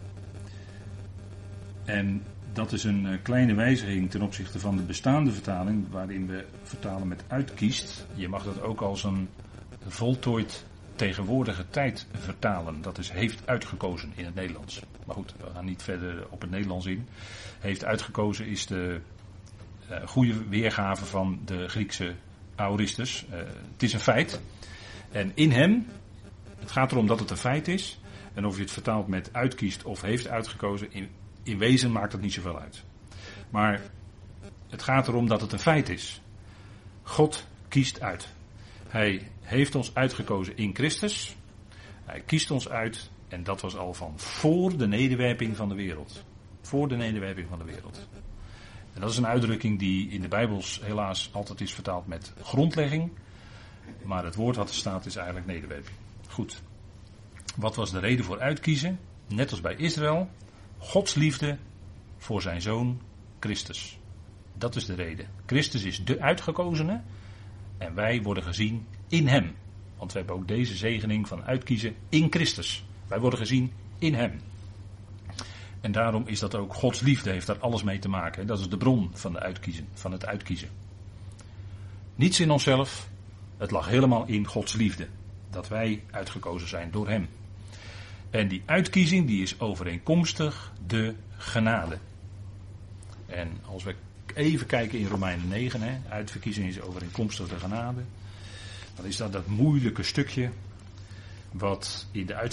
En dat is een kleine wijziging ten opzichte van de bestaande vertaling, waarin we vertalen met uitkiest. Je mag dat ook als een voltooid tegenwoordige tijd vertalen. Dat is heeft uitgekozen in het Nederlands. Maar goed, we gaan niet verder op het Nederlands in. Heeft uitgekozen is de uh, goede weergave van de Griekse aoristus. Uh, het is een feit. En in hem, het gaat erom dat het een feit is. En of je het vertaalt met uitkiest of heeft uitgekozen, in In wezen maakt het niet zoveel uit. Maar het gaat erom dat het een feit is. God kiest uit. Hij heeft ons uitgekozen in Christus. Hij kiest ons uit. En dat was al van voor de nederwerping van de wereld. Voor de nederwerping van de wereld. En dat is een uitdrukking die in de Bijbels helaas altijd is vertaald met grondlegging. Maar het woord wat er staat is eigenlijk nederwerping. Goed. Wat was de reden voor uitkiezen? Net als bij Israël. Gods liefde voor zijn zoon Christus. Dat is de reden. Christus is de uitgekozene en wij worden gezien in hem. Want we hebben ook deze zegening van uitkiezen in Christus. Wij worden gezien in hem. En daarom is dat ook Gods liefde, heeft daar alles mee te maken. Dat is de bron van, de uitkiezen, van het uitkiezen. Niets in onszelf, het lag helemaal in Gods liefde. Dat wij uitgekozen zijn door hem. En die uitkiezing die is overeenkomstig de genade. En als we even kijken in Romeinen negen, hè, uitverkiezing is overeenkomstig de genade. Dan is dat dat moeilijke stukje wat in de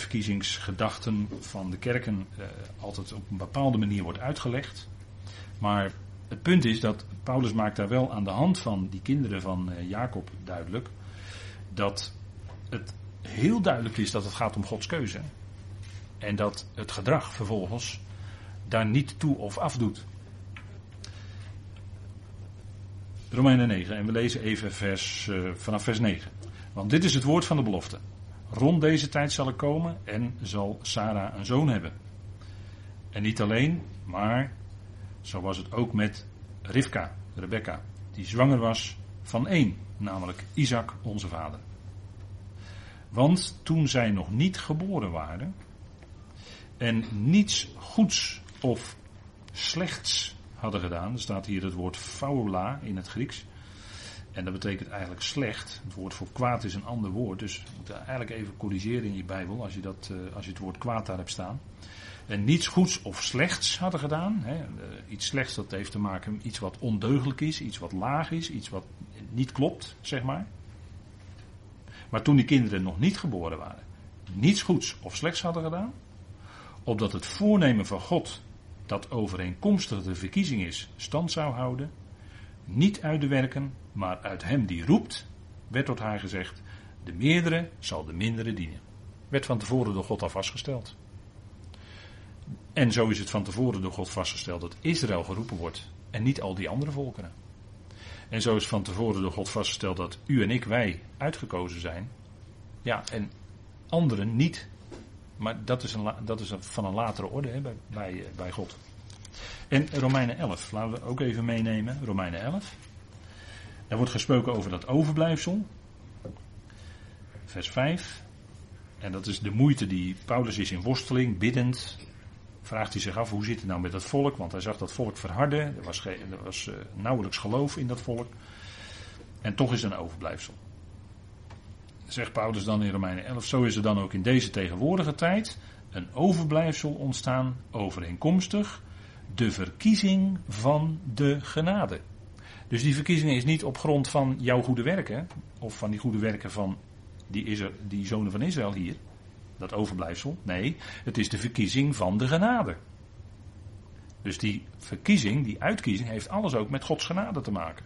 uitverkiezingsgedachten van de kerken eh, altijd op een bepaalde manier wordt uitgelegd. Maar het punt is dat Paulus maakt daar wel aan de hand van die kinderen van uh, Jacob duidelijk dat het heel duidelijk is dat het gaat om Gods keuze. En dat het gedrag vervolgens daar niet toe of afdoet. Romeinen negen, en we lezen even vers, uh, vanaf vers negen. Want dit is het woord van de belofte. Rond deze tijd zal ik komen en zal Sarah een zoon hebben. En niet alleen, maar zo was het ook met Rivka, Rebecca, die zwanger was van één, namelijk Isaac, onze vader. Want toen zij nog niet geboren waren en niets goeds of slechts hadden gedaan, er staat hier het woord faula in het Grieks, en dat betekent eigenlijk slecht. Het woord voor kwaad is een ander woord, dus je moet eigenlijk even corrigeren in je Bijbel als je, dat, uh, als je het woord kwaad daar hebt staan. En niets goeds of slechts hadden gedaan. Hè. Uh, iets slechts dat heeft te maken met iets wat ondeugelijk is, iets wat laag is, iets wat niet klopt, zeg maar. Maar toen die kinderen nog niet geboren waren, niets goeds of slechts hadden gedaan, opdat het voornemen van God, dat overeenkomstig de verkiezing is, stand zou houden, niet uit de werken, maar uit hem die roept, werd tot haar gezegd, de meerdere zal de mindere dienen. Werd van tevoren door God al vastgesteld. En zo is het van tevoren door God vastgesteld dat Israël geroepen wordt en niet al die andere volkeren. En zo is van tevoren door God vastgesteld dat u en ik, wij, uitgekozen zijn. Ja, en anderen niet. Maar dat is, een, dat is een, van een latere orde hè, bij, bij, bij God. En Romeinen elf, laten we ook even meenemen. Romeinen elf. Er wordt gesproken over dat overblijfsel. Vers vijf. En dat is de moeite die Paulus is in worsteling, biddend. Vraagt hij zich af, hoe zit het nou met dat volk? Want hij zag dat volk verharden. Er was, ge, er was uh, nauwelijks geloof in dat volk. En toch is er een overblijfsel. Zegt Paulus dan in Romeinen elf. Zo is er dan ook in deze tegenwoordige tijd een overblijfsel ontstaan overeenkomstig de verkiezing van de genade. Dus die verkiezing is niet op grond van jouw goede werken. Of van die goede werken van die, Isra- die zonen van Israël hier. Dat overblijfsel. Nee, het is de verkiezing van de genade. Dus die verkiezing, die uitkiezing, heeft alles ook met Gods genade te maken.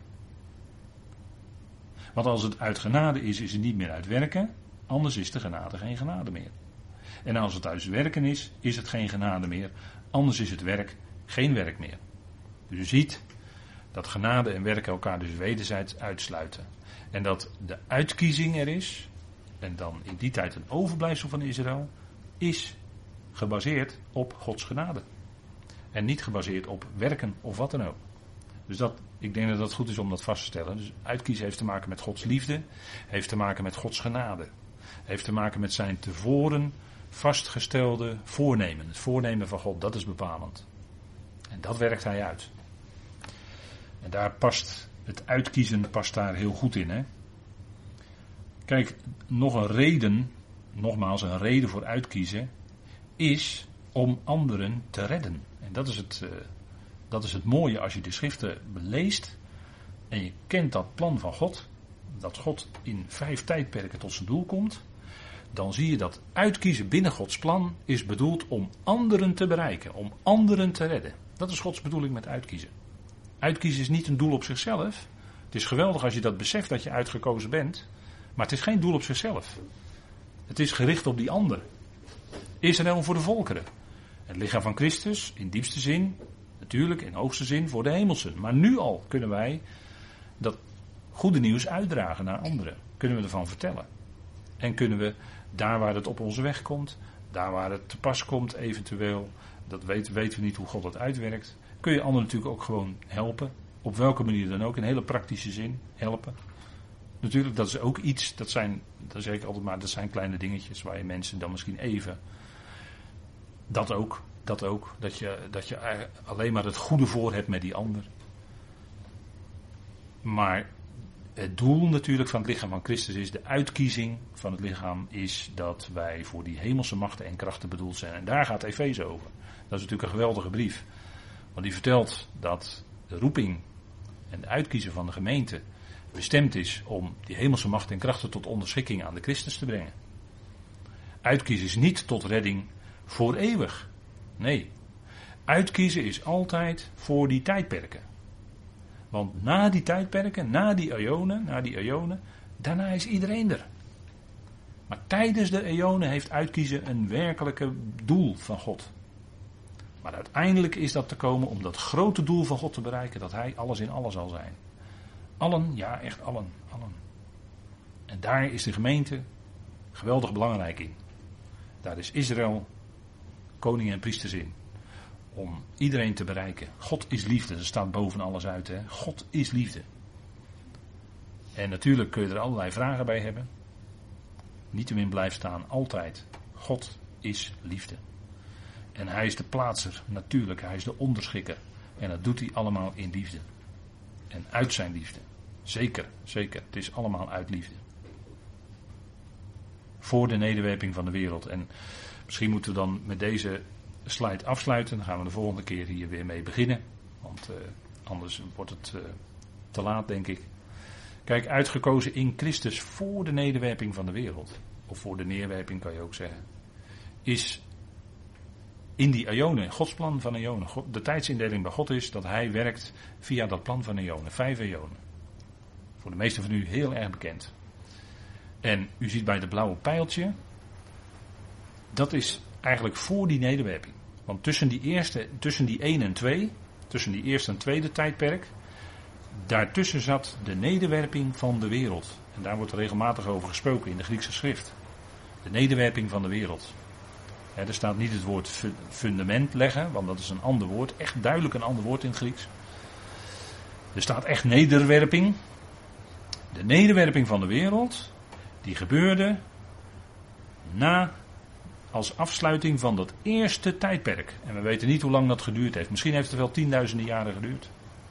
Want als het uit genade is, is het niet meer uit werken. Anders is de genade geen genade meer. En als het uit werken is, is het geen genade meer. Anders is het werk geen werk meer. Dus u ziet dat genade en werken elkaar dus wederzijds uitsluiten. En dat de uitkiezing er is, en dan in die tijd een overblijfsel van Israël, is gebaseerd op Gods genade. En niet gebaseerd op werken of wat dan ook. Dus dat, ik denk dat het goed is om dat vast te stellen. Dus uitkiezen heeft te maken met Gods liefde, heeft te maken met Gods genade. Heeft te maken met zijn tevoren vastgestelde voornemen. Het voornemen van God, dat is bepalend. En dat werkt hij uit. En daar past, het uitkiezen past daar heel goed in. Hè? Kijk, nog een reden, nogmaals een reden voor uitkiezen, is om anderen te redden. En dat is het, uh, dat is het mooie als je de schriften leest en je kent dat plan van God, dat God in vijf tijdperken tot zijn doel komt, dan zie je dat uitkiezen binnen Gods plan is bedoeld om anderen te bereiken, om anderen te redden. Dat is Gods bedoeling met uitkiezen. Uitkiezen is niet een doel op zichzelf. Het is geweldig als je dat beseft dat je uitgekozen bent, maar het is geen doel op zichzelf. Het is gericht op die ander. Israël voor de volkeren. Het lichaam van Christus, in diepste zin, natuurlijk in hoogste zin voor de hemelsen. Maar nu al kunnen wij dat goede nieuws uitdragen naar anderen. Kunnen we ervan vertellen. En kunnen we daar waar het op onze weg komt, daar waar het te pas komt eventueel, dat weten, weten we niet hoe God dat uitwerkt, kun je anderen natuurlijk ook gewoon helpen. Op welke manier dan ook, in hele praktische zin helpen. Natuurlijk, dat is ook iets, dat zijn, dat zeg ik altijd maar, dat zijn kleine dingetjes waar je mensen dan misschien even, dat ook, dat ook, dat je, dat je alleen maar het goede voor hebt met die ander. Maar het doel natuurlijk van het lichaam van Christus is, de uitkiezing van het lichaam is dat wij voor die hemelse machten en krachten bedoeld zijn. En daar gaat Efeze over. Dat is natuurlijk een geweldige brief. Want die vertelt dat de roeping en de uitkiezen van de gemeente bestemd is om die hemelse machten en krachten tot onderschikking aan de Christus te brengen. Uitkiezen is niet tot redding voor eeuwig. Nee. Uitkiezen is altijd voor die tijdperken. Want na die tijdperken, na die eonen, na die eonen, daarna is iedereen er. Maar tijdens de eonen heeft uitkiezen een werkelijke doel van God. Maar uiteindelijk is dat te komen om dat grote doel van God te bereiken, dat hij alles in alles zal zijn. Allen, ja echt allen, allen. En daar is de gemeente geweldig belangrijk in. Daar is Israël koning en priesters in. Om iedereen te bereiken. God is liefde, dat staat boven alles uit. Hè? God is liefde. En natuurlijk kun je er allerlei vragen bij hebben. Niettemin blijft staan altijd. God is liefde. En hij is de plaatser, natuurlijk. Hij is de onderschikker. En dat doet hij allemaal in liefde. En uit zijn liefde. Zeker, zeker. Het is allemaal uit liefde. Voor de nederwerping van de wereld. En misschien moeten we dan met deze slide afsluiten. Dan gaan we de volgende keer hier weer mee beginnen. Want uh, anders wordt het uh, te laat, denk ik. Kijk, uitgekozen in Christus voor de nederwerping van de wereld. Of voor de neerwerping kan je ook zeggen. Is in die eonen, Gods plan van eonen. De tijdsindeling bij God is dat hij werkt via dat plan van eonen. Vijf eonen. Voor de meesten van u heel erg bekend. En u ziet bij de blauwe pijltje. Dat is eigenlijk voor die nederwerping. Want tussen die eerste, tussen die één en twee. Tussen die eerste en tweede tijdperk. Daartussen zat de nederwerping van de wereld. En daar wordt regelmatig over gesproken in de Griekse schrift. De nederwerping van de wereld. He, er staat niet het woord fundament leggen, want dat is een ander woord. Echt duidelijk een ander woord in het Grieks. Er staat echt nederwerping. De nederwerping van de wereld, die gebeurde na, als afsluiting van dat eerste tijdperk. En we weten niet hoe lang dat geduurd heeft. Misschien heeft het wel tienduizenden jaren geduurd.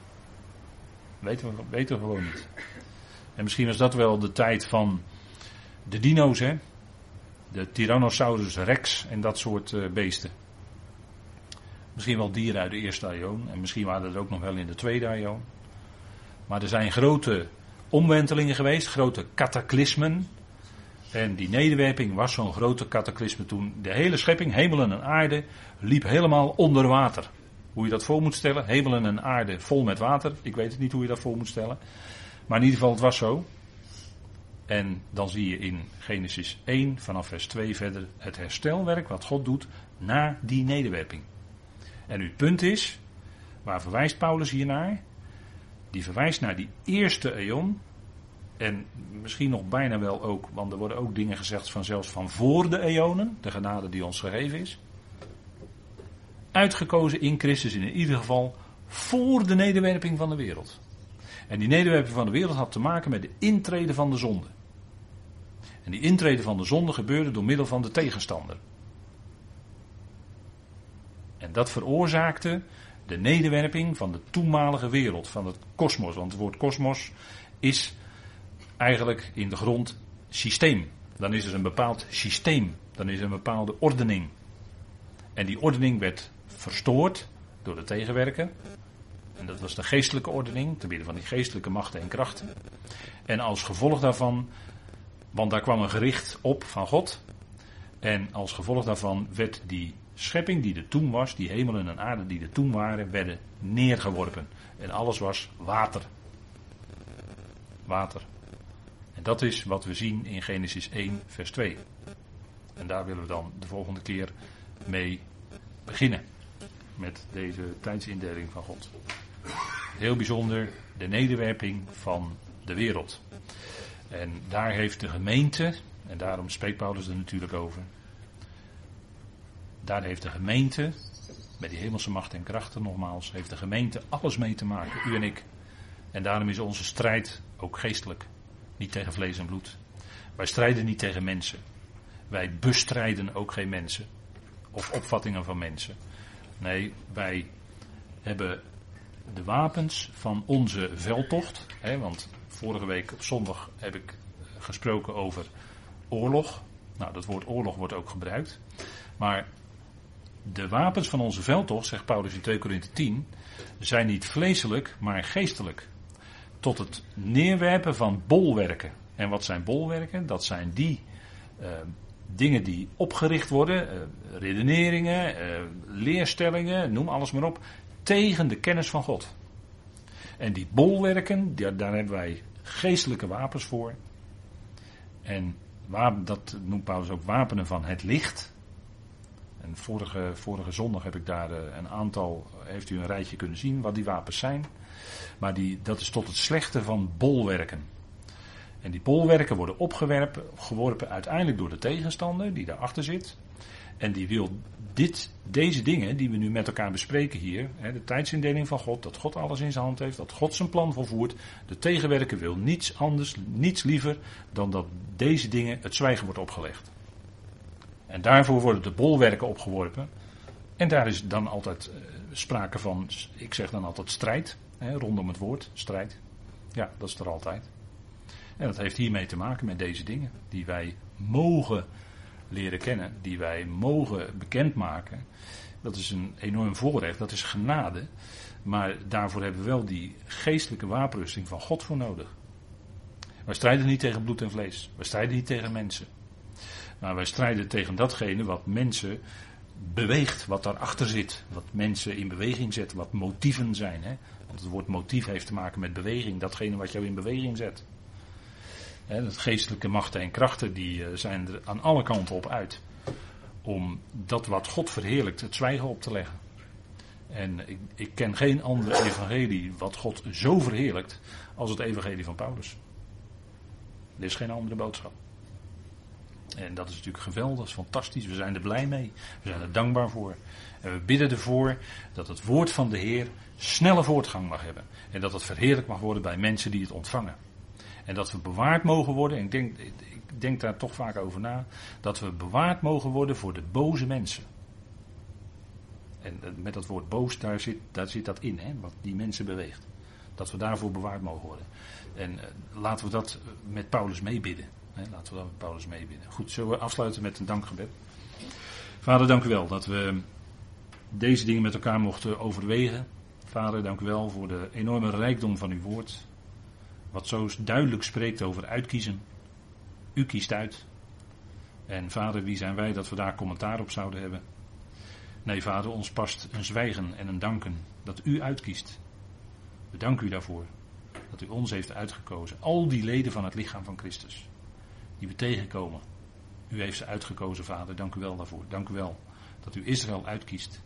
Weten we, weten we gewoon niet. En misschien was dat wel de tijd van de dino's, hè. De Tyrannosaurus rex en dat soort uh, beesten. Misschien wel dieren uit de eerste eeuw. En misschien waren er ook nog wel in de tweede eeuw. Maar er zijn grote omwentelingen geweest. Grote cataclysmen. En die nederwerping was zo'n grote cataclysme toen. De hele schepping, hemelen en aarde, liep helemaal onder water. Hoe je dat voor moet stellen. Hemelen en aarde vol met water. Ik weet het niet hoe je dat voor moet stellen. Maar in ieder geval, het was zo. En dan zie je in Genesis één vanaf vers twee verder het herstelwerk wat God doet na die nederwerping. En het punt is, waar verwijst Paulus hier naar? Die verwijst naar die eerste eon. En misschien nog bijna wel ook, want er worden ook dingen gezegd van zelfs van voor de eonen, de genade die ons gegeven is. Uitgekozen in Christus in ieder geval voor de nederwerping van de wereld. En die nederwerping van de wereld had te maken met de intrede van de zonde. En die intrede van de zonde gebeurde door middel van de tegenstander. En dat veroorzaakte de nederwerping van de toenmalige wereld, van het kosmos. Want het woord kosmos is eigenlijk in de grond systeem. Dan is er een bepaald systeem. Dan is er een bepaalde ordening. En die ordening werd verstoord door de tegenwerker. En dat was de geestelijke ordening, te midden van die geestelijke machten en krachten. En als gevolg daarvan, want daar kwam een gericht op van God. En als gevolg daarvan werd die schepping die er toen was, die hemelen en aarde die er toen waren, werden neergeworpen. En alles was water. Water. En dat is wat we zien in Genesis één vers twee. En daar willen we dan de volgende keer mee beginnen. Met deze tijdsindeling van God. Heel bijzonder, de nederwerping van de wereld. En daar heeft de gemeente, en daarom spreekt Paulus er natuurlijk over. Daar heeft de gemeente, met die hemelse macht en krachten nogmaals, heeft de gemeente alles mee te maken, u en ik. En daarom is onze strijd ook geestelijk. Niet tegen vlees en bloed. Wij strijden niet tegen mensen. Wij bestrijden ook geen mensen. Of opvattingen van mensen. Nee, wij hebben de wapens van onze veldtocht. Hè, want vorige week op zondag heb ik gesproken over oorlog. Nou, dat woord oorlog wordt ook gebruikt. Maar de wapens van onze veldtocht, zegt Paulus in twee Korinthe tien, zijn niet vleeselijk, maar geestelijk. Tot het neerwerpen van bolwerken. En wat zijn bolwerken? Dat zijn die uh, dingen die opgericht worden, uh, redeneringen, uh, leerstellingen, noem alles maar op, tegen de kennis van God. En die bolwerken, daar, daar hebben wij geestelijke wapens voor. En dat noemt Paulus ook wapenen van het licht. En vorige, vorige zondag heb ik daar een aantal, heeft u een rijtje kunnen zien wat die wapens zijn. Maar die, dat is tot het slechte van bolwerken. En die bolwerken worden opgeworpen geworpen uiteindelijk door de tegenstander die daarachter zit. En die wil dit, deze dingen die we nu met elkaar bespreken hier, hè, de tijdsindeling van God, dat God alles in zijn hand heeft, dat God zijn plan volvoert. De tegenwerker wil niets anders, niets liever dan dat deze dingen het zwijgen wordt opgelegd. En daarvoor worden de bolwerken opgeworpen. En daar is dan altijd uh, sprake van, ik zeg dan altijd strijd, hè, rondom het woord, strijd. Ja, dat is er altijd. En dat heeft hiermee te maken met deze dingen die wij mogen leren kennen, die wij mogen bekendmaken. Dat is een enorm voorrecht, dat is genade. Maar daarvoor hebben we wel die geestelijke wapenrusting van God voor nodig. Wij strijden niet tegen bloed en vlees. Wij strijden niet tegen mensen. Maar wij strijden tegen datgene wat mensen beweegt, wat daarachter zit. Wat mensen in beweging zetten, wat motieven zijn. Hè? Want het woord motief heeft te maken met beweging, datgene wat jou in beweging zet. Hè, dat geestelijke machten en krachten die zijn er aan alle kanten op uit. Om dat wat God verheerlijkt, het zwijgen op te leggen. En ik, ik ken geen andere evangelie wat God zo verheerlijkt als het evangelie van Paulus. Er is geen andere boodschap. En dat is natuurlijk geweldig, dat is fantastisch. We zijn er blij mee. We zijn er dankbaar voor. En we bidden ervoor dat het woord van de Heer snelle voortgang mag hebben. En dat het verheerlijk mag worden bij mensen die het ontvangen. En dat we bewaard mogen worden, en ik denk, ik denk daar toch vaak over na, dat we bewaard mogen worden voor de boze mensen. En met dat woord boos, daar zit, daar zit dat in, hè, wat die mensen beweegt. Dat we daarvoor bewaard mogen worden. En uh, laten we dat met Paulus meebidden. Hè, laten we dat met Paulus meebidden. Goed, zullen we afsluiten met een dankgebed. Vader, dank u wel dat we deze dingen met elkaar mochten overwegen. Vader, dank u wel voor de enorme rijkdom van uw woord. Wat zo duidelijk spreekt over uitkiezen. U kiest uit. En vader, wie zijn wij dat we daar commentaar op zouden hebben? Nee, vader, ons past een zwijgen en een danken dat u uitkiest. We danken u daarvoor. Dat u ons heeft uitgekozen. Al die leden van het lichaam van Christus. Die we tegenkomen. U heeft ze uitgekozen, vader. Dank u wel daarvoor. Dank u wel dat u Israël uitkiest.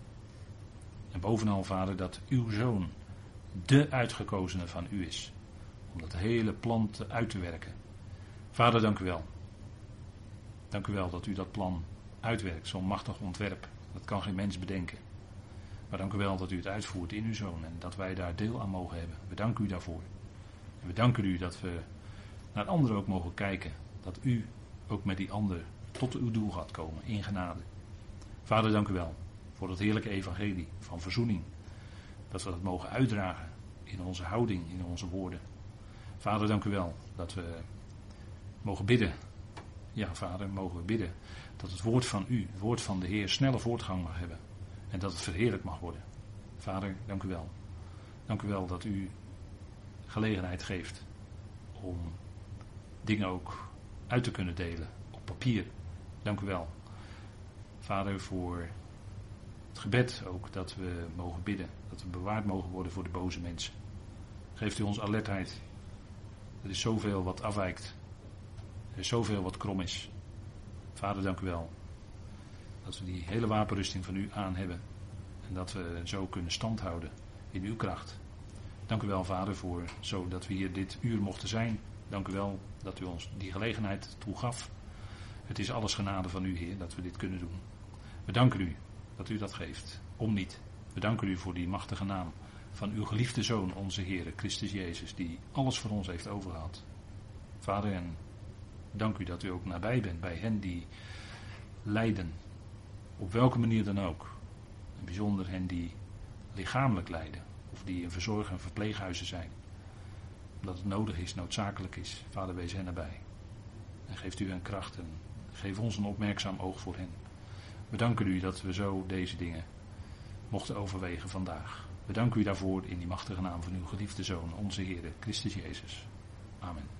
En bovenal, vader, dat uw zoon de uitgekozene van u is. Om dat hele plan te uit te werken. Vader, dank u wel. Dank u wel dat u dat plan uitwerkt. Zo'n machtig ontwerp. Dat kan geen mens bedenken. Maar dank u wel dat u het uitvoert in uw zoon. En dat wij daar deel aan mogen hebben. We danken u daarvoor. En we danken u dat we naar anderen ook mogen kijken. Dat u ook met die ander tot uw doel gaat komen. In genade. Vader, dank u wel. Voor het heerlijke evangelie van verzoening. Dat we dat mogen uitdragen. In onze houding, in onze woorden. Vader, dank u wel dat we mogen bidden. Ja, vader, mogen we bidden dat het woord van u, het woord van de Heer, snelle voortgang mag hebben. En dat het verheerlijk mag worden. Vader, dank u wel. Dank u wel dat u gelegenheid geeft om dingen ook uit te kunnen delen op papier. Dank u wel. Vader, voor het gebed ook dat we mogen bidden. Dat we bewaard mogen worden voor de boze mensen. Geeft u ons alertheid. Er is zoveel wat afwijkt. Er is zoveel wat krom is. Vader, dank u wel. Dat we die hele wapenrusting van u aan hebben. En dat we zo kunnen standhouden in uw kracht. Dank u wel, Vader, voor zodat we hier dit uur mochten zijn. Dank u wel dat u ons die gelegenheid toegaf. Het is alles genade van u, Heer, dat we dit kunnen doen. We danken u dat u dat geeft. Om niet. We danken u voor die machtige naam van uw geliefde Zoon, onze Heer, Christus Jezus, die alles voor ons heeft overgehad. Vader, en dank u dat u ook nabij bent bij hen die lijden. Op welke manier dan ook. En bijzonder hen die lichamelijk lijden. Of die in verzorg- en verpleeghuizen zijn. Omdat het nodig is, noodzakelijk is. Vader, wees hen nabij. En geeft u hen kracht en geef ons een opmerkzaam oog voor hen. We danken u dat we zo deze dingen mochten overwegen vandaag. We danken u daarvoor in die machtige naam van uw geliefde Zoon, onze Heer, Christus Jezus. Amen.